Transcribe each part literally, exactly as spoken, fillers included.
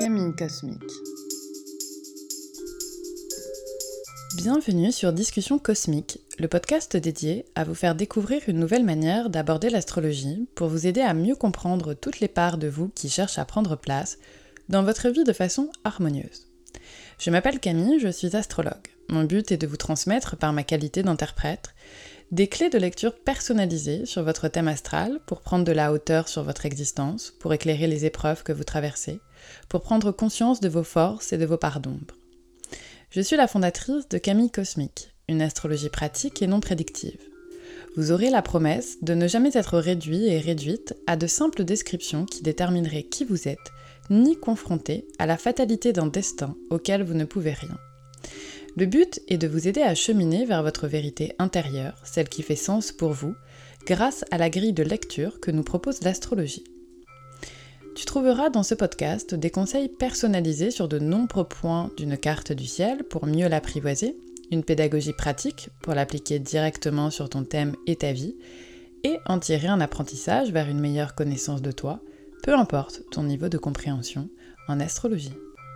Camille Cosmique. Bienvenue sur Discussion Cosmique, le podcast dédié à vous faire découvrir une nouvelle manière d'aborder l'astrologie pour vous aider à mieux comprendre toutes les parts de vous qui cherchent à prendre place dans votre vie de façon harmonieuse. Je m'appelle Camille, je suis astrologue. Mon but est de vous transmettre, par ma qualité d'interprète, des clés de lecture personnalisées sur votre thème astral pour prendre de la hauteur sur votre existence, pour éclairer les épreuves que vous traversez, pour prendre conscience de vos forces et de vos parts d'ombre. Je suis la fondatrice de Camille Cosmique, une astrologie pratique et non prédictive. Vous aurez la promesse de ne jamais être réduit et réduite à de simples descriptions qui détermineraient qui vous êtes, ni confronté à la fatalité d'un destin auquel vous ne pouvez rien. Le but est de vous aider à cheminer vers votre vérité intérieure, celle qui fait sens pour vous, grâce à la grille de lecture que nous propose l'astrologie. Tu trouveras dans ce podcast des conseils personnalisés sur de nombreux points d'une carte du ciel pour mieux l'apprivoiser, une pédagogie pratique pour l'appliquer directement sur ton thème et ta vie, et en tirer un apprentissage vers une meilleure connaissance de toi, peu importe ton niveau de compréhension en astrologie.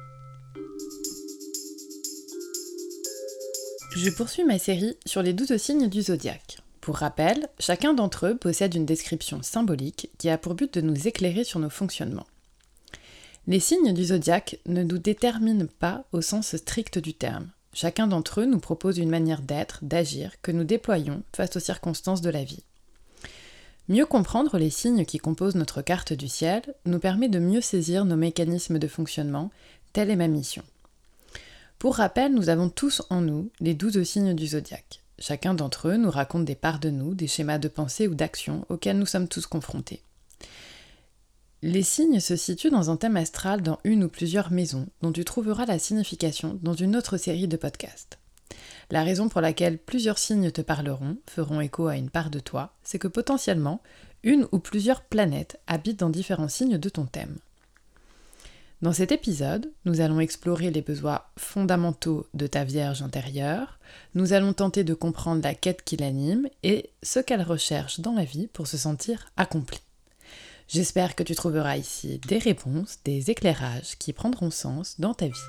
Je poursuis ma série sur les douze signes du zodiaque. Pour rappel, chacun d'entre eux possède une description symbolique qui a pour but de nous éclairer sur nos fonctionnements. Les signes du zodiaque ne nous déterminent pas au sens strict du terme. Chacun d'entre eux nous propose une manière d'être, d'agir que nous déployons face aux circonstances de la vie. Mieux comprendre les signes qui composent notre carte du ciel nous permet de mieux saisir nos mécanismes de fonctionnement, telle est ma mission. Pour rappel, nous avons tous en nous les douze signes du zodiaque. Chacun d'entre eux nous raconte des parts de nous, des schémas de pensée ou d'action auxquels nous sommes tous confrontés. Les signes se situent dans un thème astral dans une ou plusieurs maisons, dont tu trouveras la signification dans une autre série de podcasts. La raison pour laquelle plusieurs signes te parleront, feront écho à une part de toi, c'est que potentiellement, une ou plusieurs planètes habitent dans différents signes de ton thème. Dans cet épisode, nous allons explorer les besoins fondamentaux de ta Vierge intérieure, nous allons tenter de comprendre la quête qui l'anime et ce qu'elle recherche dans la vie pour se sentir accomplie. J'espère que tu trouveras ici des réponses, des éclairages qui prendront sens dans ta vie.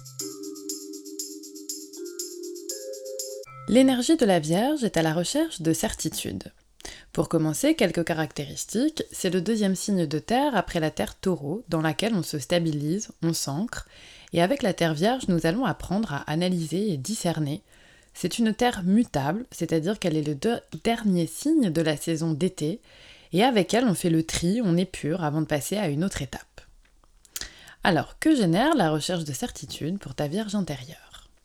L'énergie de la Vierge est à la recherche de certitude. Pour commencer, quelques caractéristiques, c'est le deuxième signe de terre après la terre taureau, dans laquelle on se stabilise, on s'ancre, et avec la terre vierge, nous allons apprendre à analyser et discerner. C'est une terre mutable, c'est-à-dire qu'elle est le de- dernier signe de la saison d'été, et avec elle on fait le tri, on épure avant de passer à une autre étape. Alors, que génère la recherche de certitude pour ta Vierge intérieure ?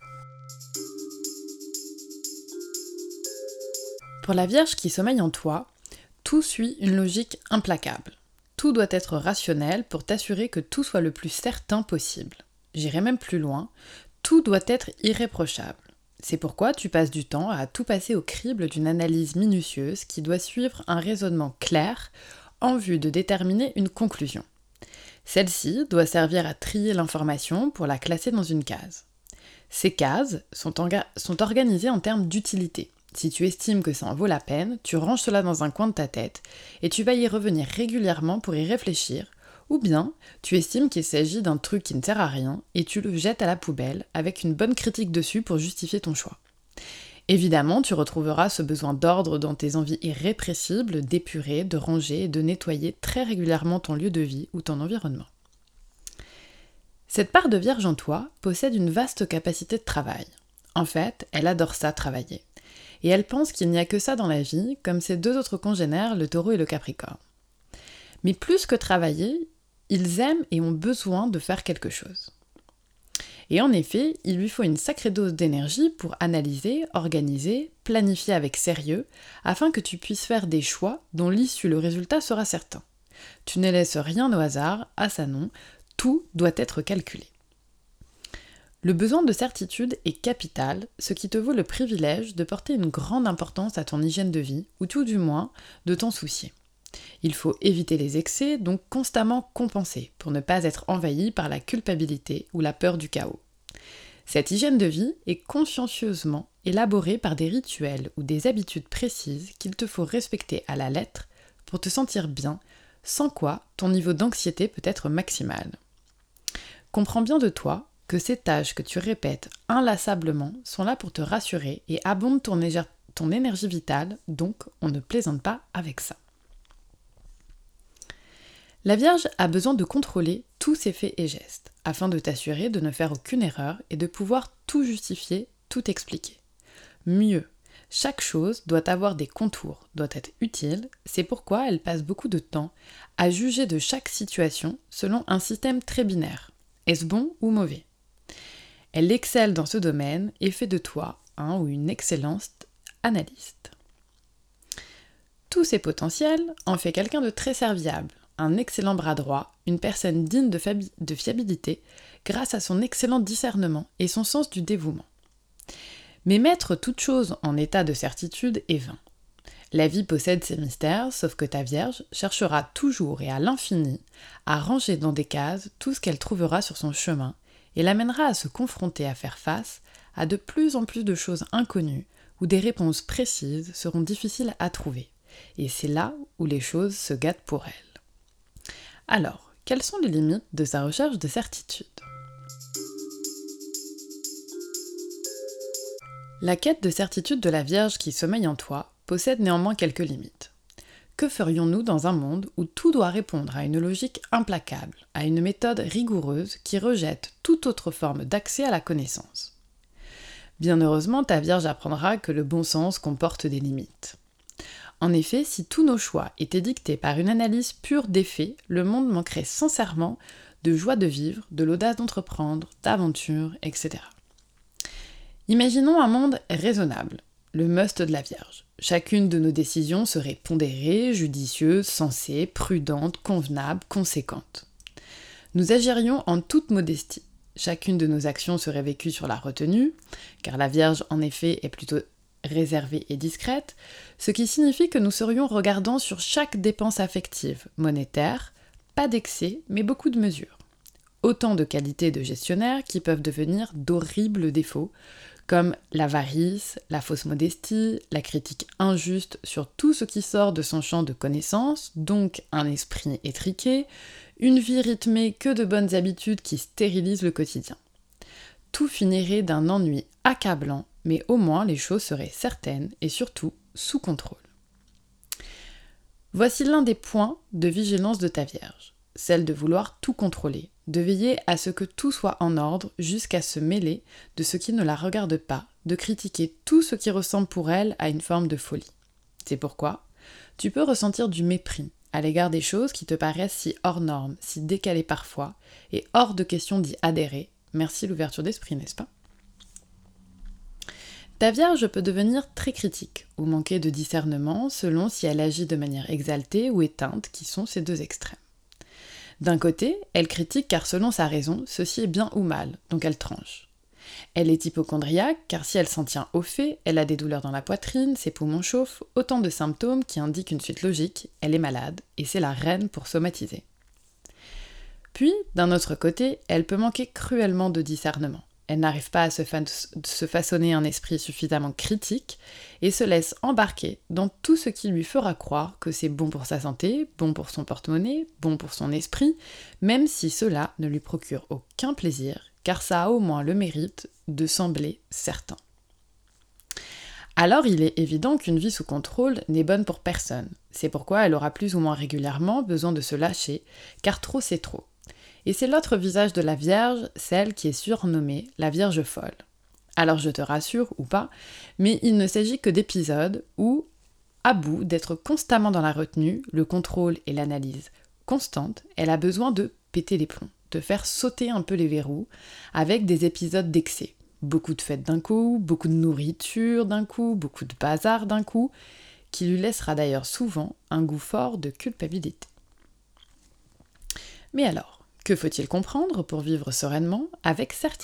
Pour la Vierge qui sommeille en toi, tout suit une logique implacable. Tout doit être rationnel pour t'assurer que tout soit le plus certain possible. J'irai même plus loin, tout doit être irréprochable. C'est pourquoi tu passes du temps à tout passer au crible d'une analyse minutieuse qui doit suivre un raisonnement clair en vue de déterminer une conclusion. Celle-ci doit servir à trier l'information pour la classer dans une case. Ces cases sont, enga- sont organisées en termes d'utilité. Si tu estimes que ça en vaut la peine, tu ranges cela dans un coin de ta tête et tu vas y revenir régulièrement pour y réfléchir, ou bien tu estimes qu'il s'agit d'un truc qui ne sert à rien et tu le jettes à la poubelle avec une bonne critique dessus pour justifier ton choix. Évidemment, tu retrouveras ce besoin d'ordre dans tes envies irrépressibles d'épurer, de ranger et de nettoyer très régulièrement ton lieu de vie ou ton environnement. Cette part de Vierge en toi possède une vaste capacité de travail. En fait, elle adore ça, travailler. Et elle pense qu'il n'y a que ça dans la vie, comme ses deux autres congénères, le taureau et le capricorne. Mais plus que travailler, ils aiment et ont besoin de faire quelque chose. Et en effet, il lui faut une sacrée dose d'énergie pour analyser, organiser, planifier avec sérieux, afin que tu puisses faire des choix dont l'issue, le résultat sera certain. Tu ne laisses rien au hasard, à sa nom, tout doit être calculé. Le besoin de certitude est capital, ce qui te vaut le privilège de porter une grande importance à ton hygiène de vie, ou tout du moins de t'en soucier. Il faut éviter les excès, donc constamment compenser, pour ne pas être envahi par la culpabilité ou la peur du chaos. Cette hygiène de vie est consciencieusement élaborée par des rituels ou des habitudes précises qu'il te faut respecter à la lettre pour te sentir bien, sans quoi ton niveau d'anxiété peut être maximal. Comprends bien de toi que ces tâches que tu répètes inlassablement sont là pour te rassurer et abondent ton, éger- ton énergie vitale, donc on ne plaisante pas avec ça. La Vierge a besoin de contrôler tous ses faits et gestes, afin de t'assurer de ne faire aucune erreur et de pouvoir tout justifier, tout expliquer. Mieux, chaque chose doit avoir des contours, doit être utile, c'est pourquoi elle passe beaucoup de temps à juger de chaque situation selon un système très binaire. Est-ce bon ou mauvais ? Elle excelle dans ce domaine et fait de toi un ou une excellente analyste. Tous ces potentiels en fait quelqu'un de très serviable, un excellent bras droit, une personne digne de, fabi- de fiabilité grâce à son excellent discernement et son sens du dévouement. Mais mettre toute chose en état de certitude est vain. La vie possède ses mystères, sauf que ta Vierge cherchera toujours et à l'infini à ranger dans des cases tout ce qu'elle trouvera sur son chemin et l'amènera à se confronter à faire face à de plus en plus de choses inconnues où des réponses précises seront difficiles à trouver. Et c'est là où les choses se gâtent pour elle. Alors, quelles sont les limites de sa recherche de certitude ? La quête de certitude de la Vierge qui sommeille en toi possède néanmoins quelques limites. Que ferions-nous dans un monde où tout doit répondre à une logique implacable, à une méthode rigoureuse qui rejette toute autre forme d'accès à la connaissance ? Bien heureusement, ta Vierge apprendra que le bon sens comporte des limites. En effet, si tous nos choix étaient dictés par une analyse pure des faits, le monde manquerait sincèrement de joie de vivre, de l'audace d'entreprendre, d'aventure, et cetera. Imaginons un monde raisonnable, le must de la Vierge. Chacune de nos décisions serait pondérée, judicieuse, sensée, prudente, convenable, conséquente. Nous agirions en toute modestie. Chacune de nos actions serait vécue sur la retenue, car la Vierge en effet est plutôt réservée et discrète, ce qui signifie que nous serions regardants sur chaque dépense affective, monétaire, pas d'excès, mais beaucoup de mesures. Autant de qualités de gestionnaire qui peuvent devenir d'horribles défauts, comme l'avarice, la fausse modestie, la critique injuste sur tout ce qui sort de son champ de connaissances, donc un esprit étriqué, une vie rythmée que de bonnes habitudes qui stérilisent le quotidien. Tout finirait d'un ennui accablant, mais au moins les choses seraient certaines et surtout sous contrôle. Voici l'un des points de vigilance de ta Vierge, celle de vouloir tout contrôler, de veiller à ce que tout soit en ordre jusqu'à se mêler de ce qui ne la regarde pas, de critiquer tout ce qui ressemble pour elle à une forme de folie. C'est pourquoi tu peux ressentir du mépris à l'égard des choses qui te paraissent si hors normes, si décalées parfois, et hors de question d'y adhérer. Merci l'ouverture d'esprit, n'est-ce pas ? Ta Vierge peut devenir très critique, ou manquer de discernement selon si elle agit de manière exaltée ou éteinte, qui sont ces deux extrêmes. D'un côté, elle critique car selon sa raison, ceci est bien ou mal, donc elle tranche. Elle est hypocondriaque car si elle s'en tient au fait, elle a des douleurs dans la poitrine, ses poumons chauffent, autant de symptômes qui indiquent une suite logique, elle est malade, et c'est la reine pour somatiser. Puis, d'un autre côté, elle peut manquer cruellement de discernement. Elle n'arrive pas à se, fa- se façonner un esprit suffisamment critique et se laisse embarquer dans tout ce qui lui fera croire que c'est bon pour sa santé, bon pour son porte-monnaie, bon pour son esprit, même si cela ne lui procure aucun plaisir, car ça a au moins le mérite de sembler certain. Alors il est évident qu'une vie sous contrôle n'est bonne pour personne. C'est pourquoi elle aura plus ou moins régulièrement besoin de se lâcher, car trop c'est trop. Et c'est l'autre visage de la Vierge, celle qui est surnommée la Vierge folle. Alors je te rassure, ou pas, mais il ne s'agit que d'épisodes où, à bout d'être constamment dans la retenue, le contrôle et l'analyse constante, elle a besoin de péter les plombs, de faire sauter un peu les verrous, avec des épisodes d'excès. Beaucoup de fêtes d'un coup, beaucoup de nourriture d'un coup, beaucoup de bazar d'un coup, qui lui laissera d'ailleurs souvent un goût fort de culpabilité. Mais alors, que faut-il comprendre pour vivre sereinement avec certitude ?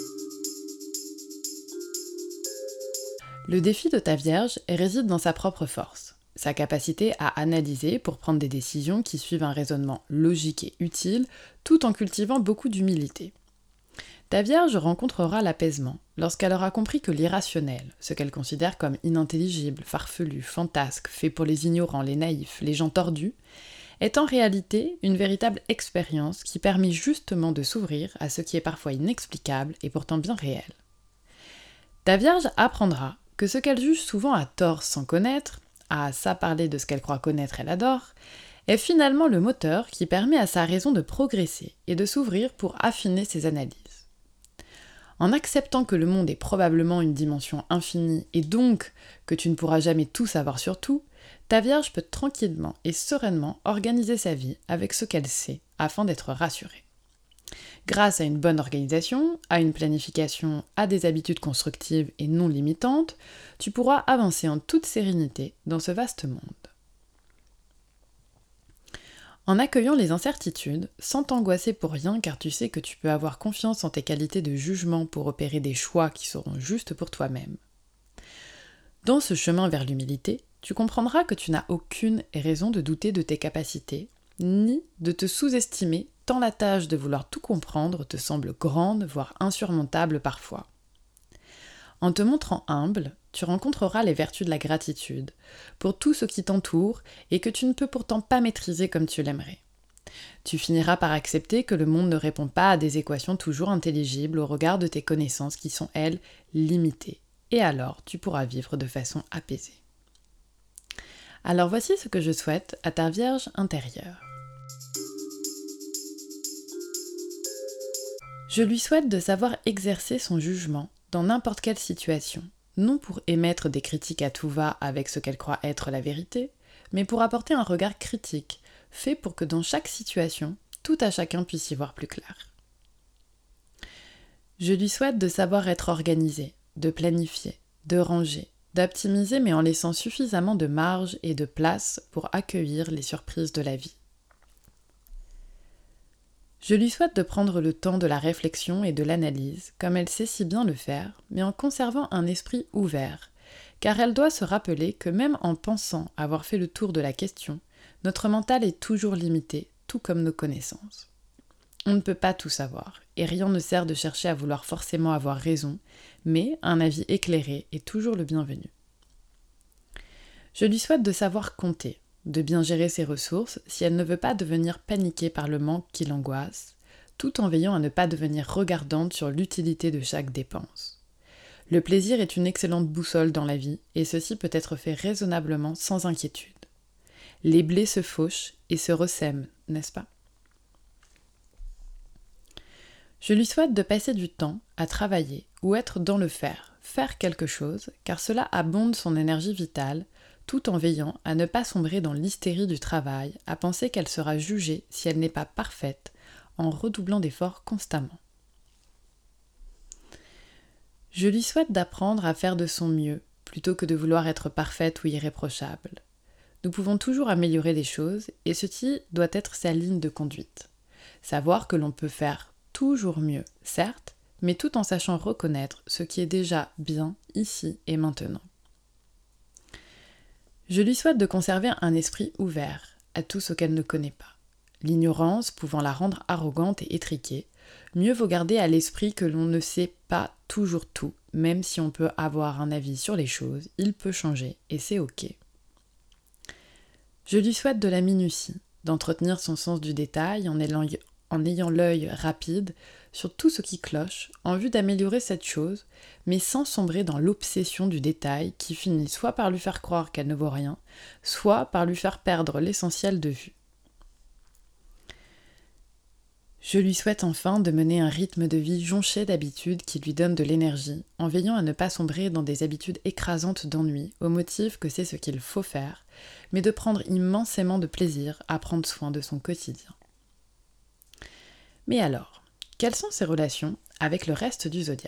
Le défi de ta Vierge réside dans sa propre force, sa capacité à analyser pour prendre des décisions qui suivent un raisonnement logique et utile, tout en cultivant beaucoup d'humilité. Ta Vierge rencontrera l'apaisement lorsqu'elle aura compris que l'irrationnel, ce qu'elle considère comme inintelligible, farfelu, fantasque, fait pour les ignorants, les naïfs, les gens tordus, est en réalité une véritable expérience qui permet justement de s'ouvrir à ce qui est parfois inexplicable et pourtant bien réel. Ta Vierge apprendra que ce qu'elle juge souvent à tort sans connaître, à ça parler de ce qu'elle croit connaître elle adore, est finalement le moteur qui permet à sa raison de progresser et de s'ouvrir pour affiner ses analyses. En acceptant que le monde est probablement une dimension infinie et donc que tu ne pourras jamais tout savoir sur tout, ta Vierge peut tranquillement et sereinement organiser sa vie avec ce qu'elle sait afin d'être rassurée. Grâce à une bonne organisation, à une planification, à des habitudes constructives et non limitantes, tu pourras avancer en toute sérénité dans ce vaste monde. En accueillant les incertitudes, sans t'angoisser pour rien car tu sais que tu peux avoir confiance en tes qualités de jugement pour opérer des choix qui seront justes pour toi-même. Dans ce chemin vers l'humilité, tu comprendras que tu n'as aucune raison de douter de tes capacités, ni de te sous-estimer tant la tâche de vouloir tout comprendre te semble grande, voire insurmontable parfois. En te montrant humble, tu rencontreras les vertus de la gratitude pour tout ce qui t'entoure et que tu ne peux pourtant pas maîtriser comme tu l'aimerais. Tu finiras par accepter que le monde ne répond pas à des équations toujours intelligibles au regard de tes connaissances qui sont, elles, limitées. Et alors, tu pourras vivre de façon apaisée. Alors voici ce que je souhaite à ta Vierge intérieure. Je lui souhaite de savoir exercer son jugement dans n'importe quelle situation, non pour émettre des critiques à tout va avec ce qu'elle croit être la vérité, mais pour apporter un regard critique, fait pour que dans chaque situation, tout à chacun puisse y voir plus clair. Je lui souhaite de savoir être organisée, de planifier, de ranger, d'optimiser mais en laissant suffisamment de marge et de place pour accueillir les surprises de la vie. Je lui souhaite de prendre le temps de la réflexion et de l'analyse, comme elle sait si bien le faire, mais en conservant un esprit ouvert, car elle doit se rappeler que même en pensant avoir fait le tour de la question, notre mental est toujours limité, tout comme nos connaissances. On ne peut pas tout savoir, et rien ne sert de chercher à vouloir forcément avoir raison, mais un avis éclairé est toujours le bienvenu. Je lui souhaite de savoir compter, de bien gérer ses ressources si elle ne veut pas devenir paniquée par le manque qui l'angoisse, tout en veillant à ne pas devenir regardante sur l'utilité de chaque dépense. Le plaisir est une excellente boussole dans la vie, et ceci peut être fait raisonnablement sans inquiétude. Les blés se fauchent et se ressèment, n'est-ce pas ? Je lui souhaite de passer du temps à travailler ou être dans le faire, faire quelque chose, car cela abonde son énergie vitale, tout en veillant à ne pas sombrer dans l'hystérie du travail, à penser qu'elle sera jugée si elle n'est pas parfaite, en redoublant d'efforts constamment. Je lui souhaite d'apprendre à faire de son mieux, plutôt que de vouloir être parfaite ou irréprochable. Nous pouvons toujours améliorer les choses, et ceci doit être sa ligne de conduite. Savoir que l'on peut faire toujours mieux, certes, mais tout en sachant reconnaître ce qui est déjà bien ici et maintenant. Je lui souhaite de conserver un esprit ouvert à tout ce qu'elle ne connaît pas. L'ignorance pouvant la rendre arrogante et étriquée, mieux vaut garder à l'esprit que l'on ne sait pas toujours tout, même si on peut avoir un avis sur les choses, il peut changer et c'est ok. Je lui souhaite de la minutie, d'entretenir son sens du détail en ayant, en ayant l'œil rapide sur tout ce qui cloche, en vue d'améliorer cette chose, mais sans sombrer dans l'obsession du détail qui finit soit par lui faire croire qu'elle ne vaut rien, soit par lui faire perdre l'essentiel de vue. Je lui souhaite enfin de mener un rythme de vie jonché d'habitudes qui lui donnent de l'énergie, en veillant à ne pas sombrer dans des habitudes écrasantes d'ennui, au motif que c'est ce qu'il faut faire, mais de prendre immensément de plaisir à prendre soin de son quotidien. Mais alors, quelles sont ses relations avec le reste du zodiaque ?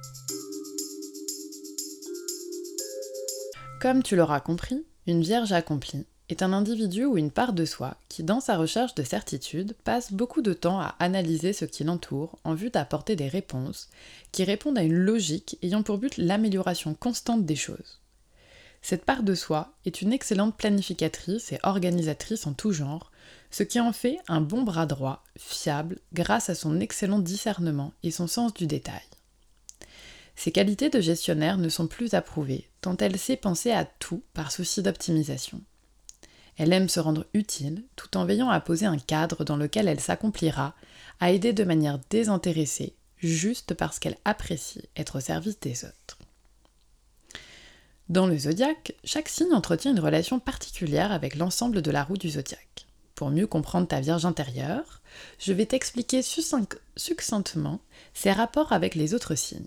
Comme tu l'auras compris, une Vierge accomplie est un individu ou une part de soi qui, dans sa recherche de certitude, passe beaucoup de temps à analyser ce qui l'entoure en vue d'apporter des réponses qui répondent à une logique ayant pour but l'amélioration constante des choses. Cette part de soi est une excellente planificatrice et organisatrice en tout genre, ce qui en fait un bon bras droit, fiable, grâce à son excellent discernement et son sens du détail. Ses qualités de gestionnaire ne sont plus approuvées, tant elle sait penser à tout par souci d'optimisation. Elle aime se rendre utile tout en veillant à poser un cadre dans lequel elle s'accomplira, à aider de manière désintéressée, juste parce qu'elle apprécie être au service des autres. Dans le zodiaque, chaque signe entretient une relation particulière avec l'ensemble de la roue du zodiaque. Pour mieux comprendre ta Vierge intérieure, je vais t'expliquer succinct- succinctement ses rapports avec les autres signes.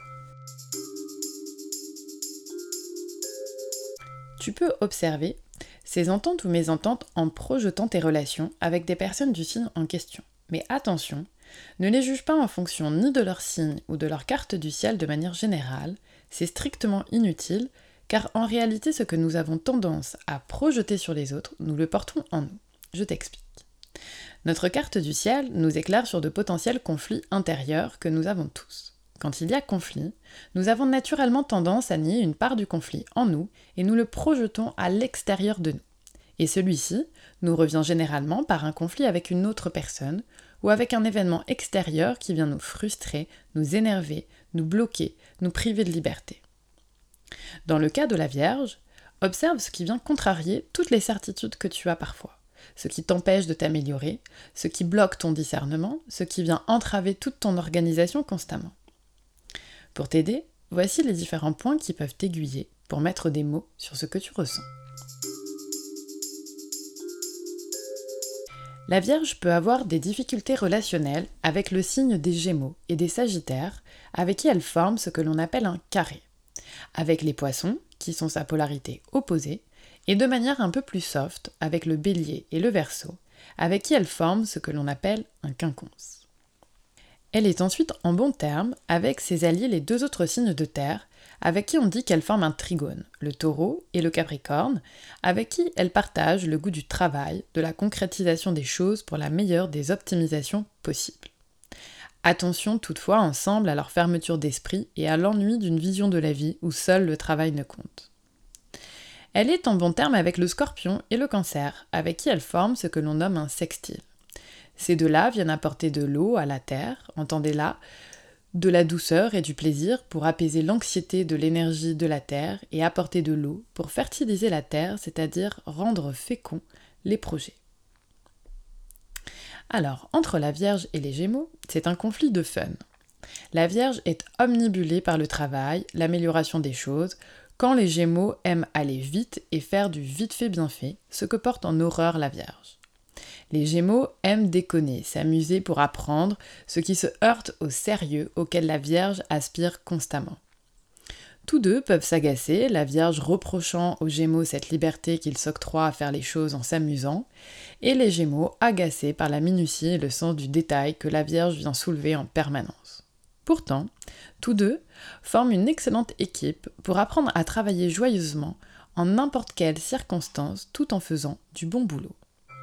Tu peux observer ces ententes ou mésententes en projetant tes relations avec des personnes du signe en question. Mais attention, ne les juge pas en fonction ni de leur signe ou de leur carte du ciel de manière générale, c'est strictement inutile, car en réalité ce que nous avons tendance à projeter sur les autres, nous le portons en nous. Je t'explique. Notre carte du ciel nous éclaire sur de potentiels conflits intérieurs que nous avons tous. Quand il y a conflit, nous avons naturellement tendance à nier une part du conflit en nous et nous le projetons à l'extérieur de nous. Et celui-ci nous revient généralement par un conflit avec une autre personne ou avec un événement extérieur qui vient nous frustrer, nous énerver, nous bloquer, nous priver de liberté. Dans le cas de la Vierge, observe ce qui vient contrarier toutes les certitudes que tu as parfois, ce qui t'empêche de t'améliorer, ce qui bloque ton discernement, ce qui vient entraver toute ton organisation constamment. Pour t'aider, voici les différents points qui peuvent t'aiguiller pour mettre des mots sur ce que tu ressens. La Vierge peut avoir des difficultés relationnelles avec le signe des Gémeaux et des Sagittaires, avec qui elle forme ce que l'on appelle un carré, avec les Poissons, qui sont sa polarité opposée, et de manière un peu plus soft avec le Bélier et le Verseau, avec qui elle forme ce que l'on appelle un quinconce. Elle est ensuite en bon terme avec ses alliés les deux autres signes de terre, avec qui on dit qu'elle forme un trigone, le Taureau et le Capricorne, avec qui elle partage le goût du travail, de la concrétisation des choses pour la meilleure des optimisations possibles. Attention toutefois ensemble à leur fermeture d'esprit et à l'ennui d'une vision de la vie où seul le travail ne compte. Elle est en bon terme avec le Scorpion et le Cancer, avec qui elle forme ce que l'on nomme un sextile. Ces deux-là viennent apporter de l'eau à la terre, entendez là, de la douceur et du plaisir pour apaiser l'anxiété de l'énergie de la terre et apporter de l'eau pour fertiliser la terre, c'est-à-dire rendre féconds les projets. Alors, entre la Vierge et les Gémeaux, c'est un conflit de fun. La Vierge est omnibulée par le travail, l'amélioration des choses, quand les Gémeaux aiment aller vite et faire du vite fait bien fait, ce que porte en horreur la Vierge. Les Gémeaux aiment déconner, s'amuser pour apprendre, ce qui se heurte au sérieux auquel la Vierge aspire constamment. Tous deux peuvent s'agacer, la Vierge reprochant aux Gémeaux cette liberté qu'ils s'octroient à faire les choses en s'amusant, et les Gémeaux agacés par la minutie et le sens du détail que la Vierge vient soulever en permanence. Pourtant, tous deux forment une excellente équipe pour apprendre à travailler joyeusement en n'importe quelle circonstance tout en faisant du bon boulot.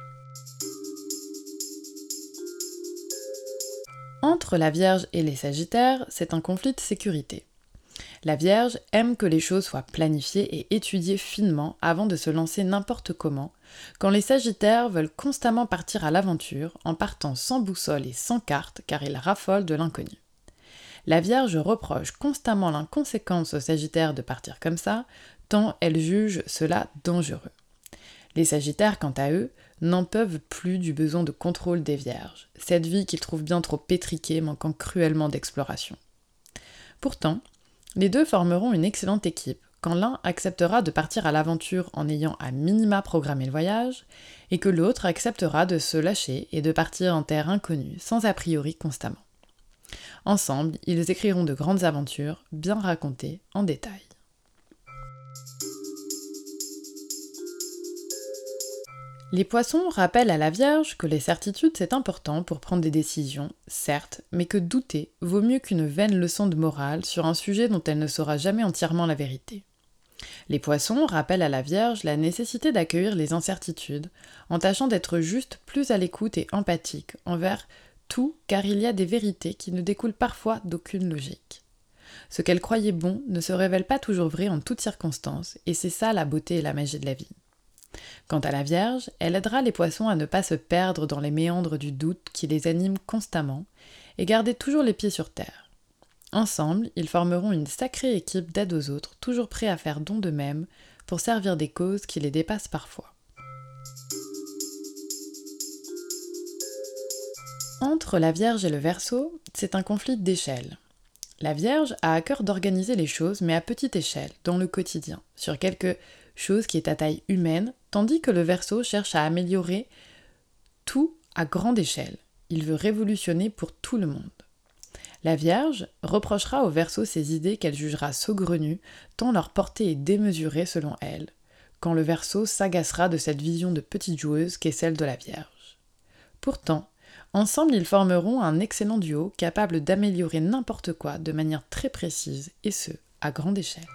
Entre la Vierge et les Sagittaires, c'est un conflit de sécurité. La Vierge aime que les choses soient planifiées et étudiées finement avant de se lancer n'importe comment, quand les Sagittaires veulent constamment partir à l'aventure en partant sans boussole et sans carte car ils raffolent de l'inconnu. La Vierge reproche constamment l'inconséquence aux Sagittaires de partir comme ça, tant elle juge cela dangereux. Les Sagittaires, quant à eux, n'en peuvent plus du besoin de contrôle des Vierges, cette vie qu'ils trouvent bien trop pétriquée, manquant cruellement d'exploration. Pourtant, les deux formeront une excellente équipe, quand l'un acceptera de partir à l'aventure en ayant à minima programmé le voyage, et que l'autre acceptera de se lâcher et de partir en terre inconnue, sans a priori constamment. Ensemble, ils écriront de grandes aventures, bien racontées en détail. Les Poissons rappellent à la Vierge que les certitudes c'est important pour prendre des décisions, certes, mais que douter vaut mieux qu'une vaine leçon de morale sur un sujet dont elle ne saura jamais entièrement la vérité. Les Poissons rappellent à la Vierge la nécessité d'accueillir les incertitudes, en tâchant d'être juste plus à l'écoute et empathique envers tout, car il y a des vérités qui ne découlent parfois d'aucune logique. Ce qu'elle croyait bon ne se révèle pas toujours vrai en toutes circonstances, et c'est ça la beauté et la magie de la vie. Quant à la Vierge, elle aidera les Poissons à ne pas se perdre dans les méandres du doute qui les animent constamment et garder toujours les pieds sur terre. Ensemble, ils formeront une sacrée équipe d'aide aux autres, toujours prêts à faire don d'eux-mêmes pour servir des causes qui les dépassent parfois. Entre la Vierge et le Verseau, c'est un conflit d'échelle. La Vierge a à cœur d'organiser les choses, mais à petite échelle, dans le quotidien, sur quelque chose qui est à taille humaine, tandis que le Verseau cherche à améliorer tout à grande échelle. Il veut révolutionner pour tout le monde. La Vierge reprochera au Verseau ses idées qu'elle jugera saugrenues, tant leur portée est démesurée selon elle, quand le Verseau s'agacera de cette vision de petite joueuse qu'est celle de la Vierge. Pourtant, ensemble ils formeront un excellent duo capable d'améliorer n'importe quoi de manière très précise, et ce, à grande échelle.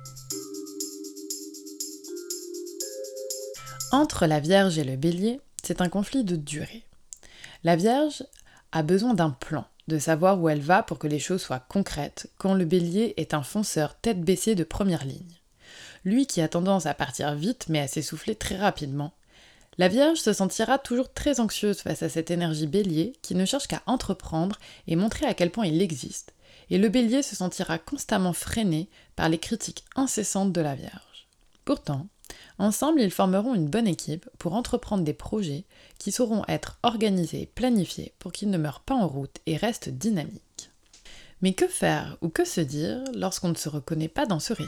Entre la Vierge et le Bélier, c'est un conflit de durée. La Vierge a besoin d'un plan, de savoir où elle va pour que les choses soient concrètes, quand le Bélier est un fonceur tête baissée de première ligne. Lui qui a tendance à partir vite mais à s'essouffler très rapidement. La Vierge se sentira toujours très anxieuse face à cette énergie Bélier qui ne cherche qu'à entreprendre et montrer à quel point il existe, et le Bélier se sentira constamment freiné par les critiques incessantes de la Vierge. Pourtant, ensemble, ils formeront une bonne équipe pour entreprendre des projets qui sauront être organisés et planifiés pour qu'ils ne meurent pas en route et restent dynamiques. Mais que faire ou que se dire lorsqu'on ne se reconnaît pas dans ce récit ?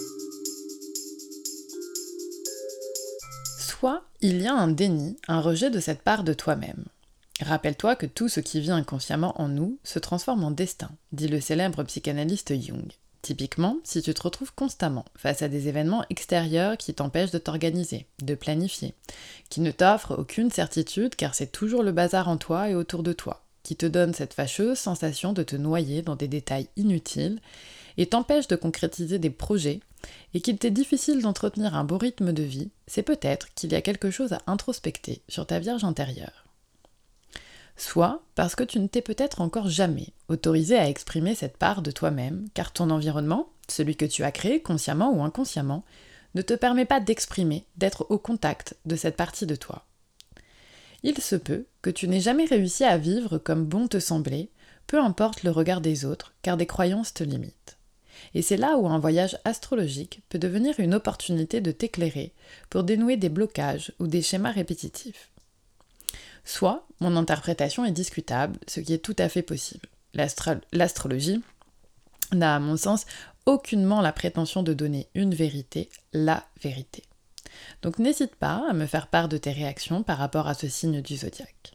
Soit il y a un déni, un rejet de cette part de toi-même. Rappelle-toi que tout ce qui vit inconsciemment en nous se transforme en destin, dit le célèbre psychanalyste Jung. Typiquement, si tu te retrouves constamment face à des événements extérieurs qui t'empêchent de t'organiser, de planifier, qui ne t'offrent aucune certitude car c'est toujours le bazar en toi et autour de toi, qui te donne cette fâcheuse sensation de te noyer dans des détails inutiles et t'empêche de concrétiser des projets, et qu'il t'est difficile d'entretenir un beau rythme de vie, c'est peut-être qu'il y a quelque chose à introspecter sur ta Vierge intérieure. Soit parce que tu ne t'es peut-être encore jamais autorisé à exprimer cette part de toi-même, car ton environnement, celui que tu as créé consciemment ou inconsciemment, ne te permet pas d'exprimer, d'être au contact de cette partie de toi. Il se peut que tu n'aies jamais réussi à vivre comme bon te semblait, peu importe le regard des autres, car des croyances te limitent. Et c'est là où un voyage astrologique peut devenir une opportunité de t'éclairer pour dénouer des blocages ou des schémas répétitifs. Soit mon interprétation est discutable, ce qui est tout à fait possible. L'astro- l'astrologie n'a, à mon sens, aucunement la prétention de donner une vérité, la vérité. Donc n'hésite pas à me faire part de tes réactions par rapport à ce signe du zodiaque.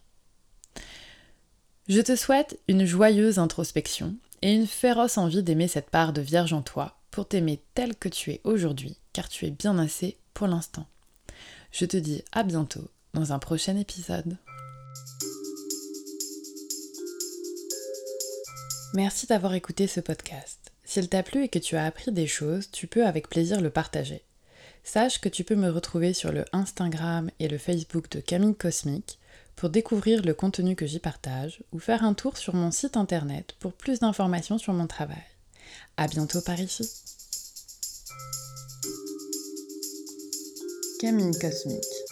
Je te souhaite une joyeuse introspection et une féroce envie d'aimer cette part de Vierge en toi pour t'aimer tel que tu es aujourd'hui, car tu es bien assez pour l'instant. Je te dis à bientôt dans un prochain épisode. Merci d'avoir écouté ce podcast. S'il t'a plu et que tu as appris des choses, tu peux avec plaisir le partager. Sache que tu peux me retrouver sur le Instagram et le Facebook de Camille Cosmique pour découvrir le contenu que j'y partage ou faire un tour sur mon site internet pour plus d'informations sur mon travail. À bientôt par ici. Camille Cosmique.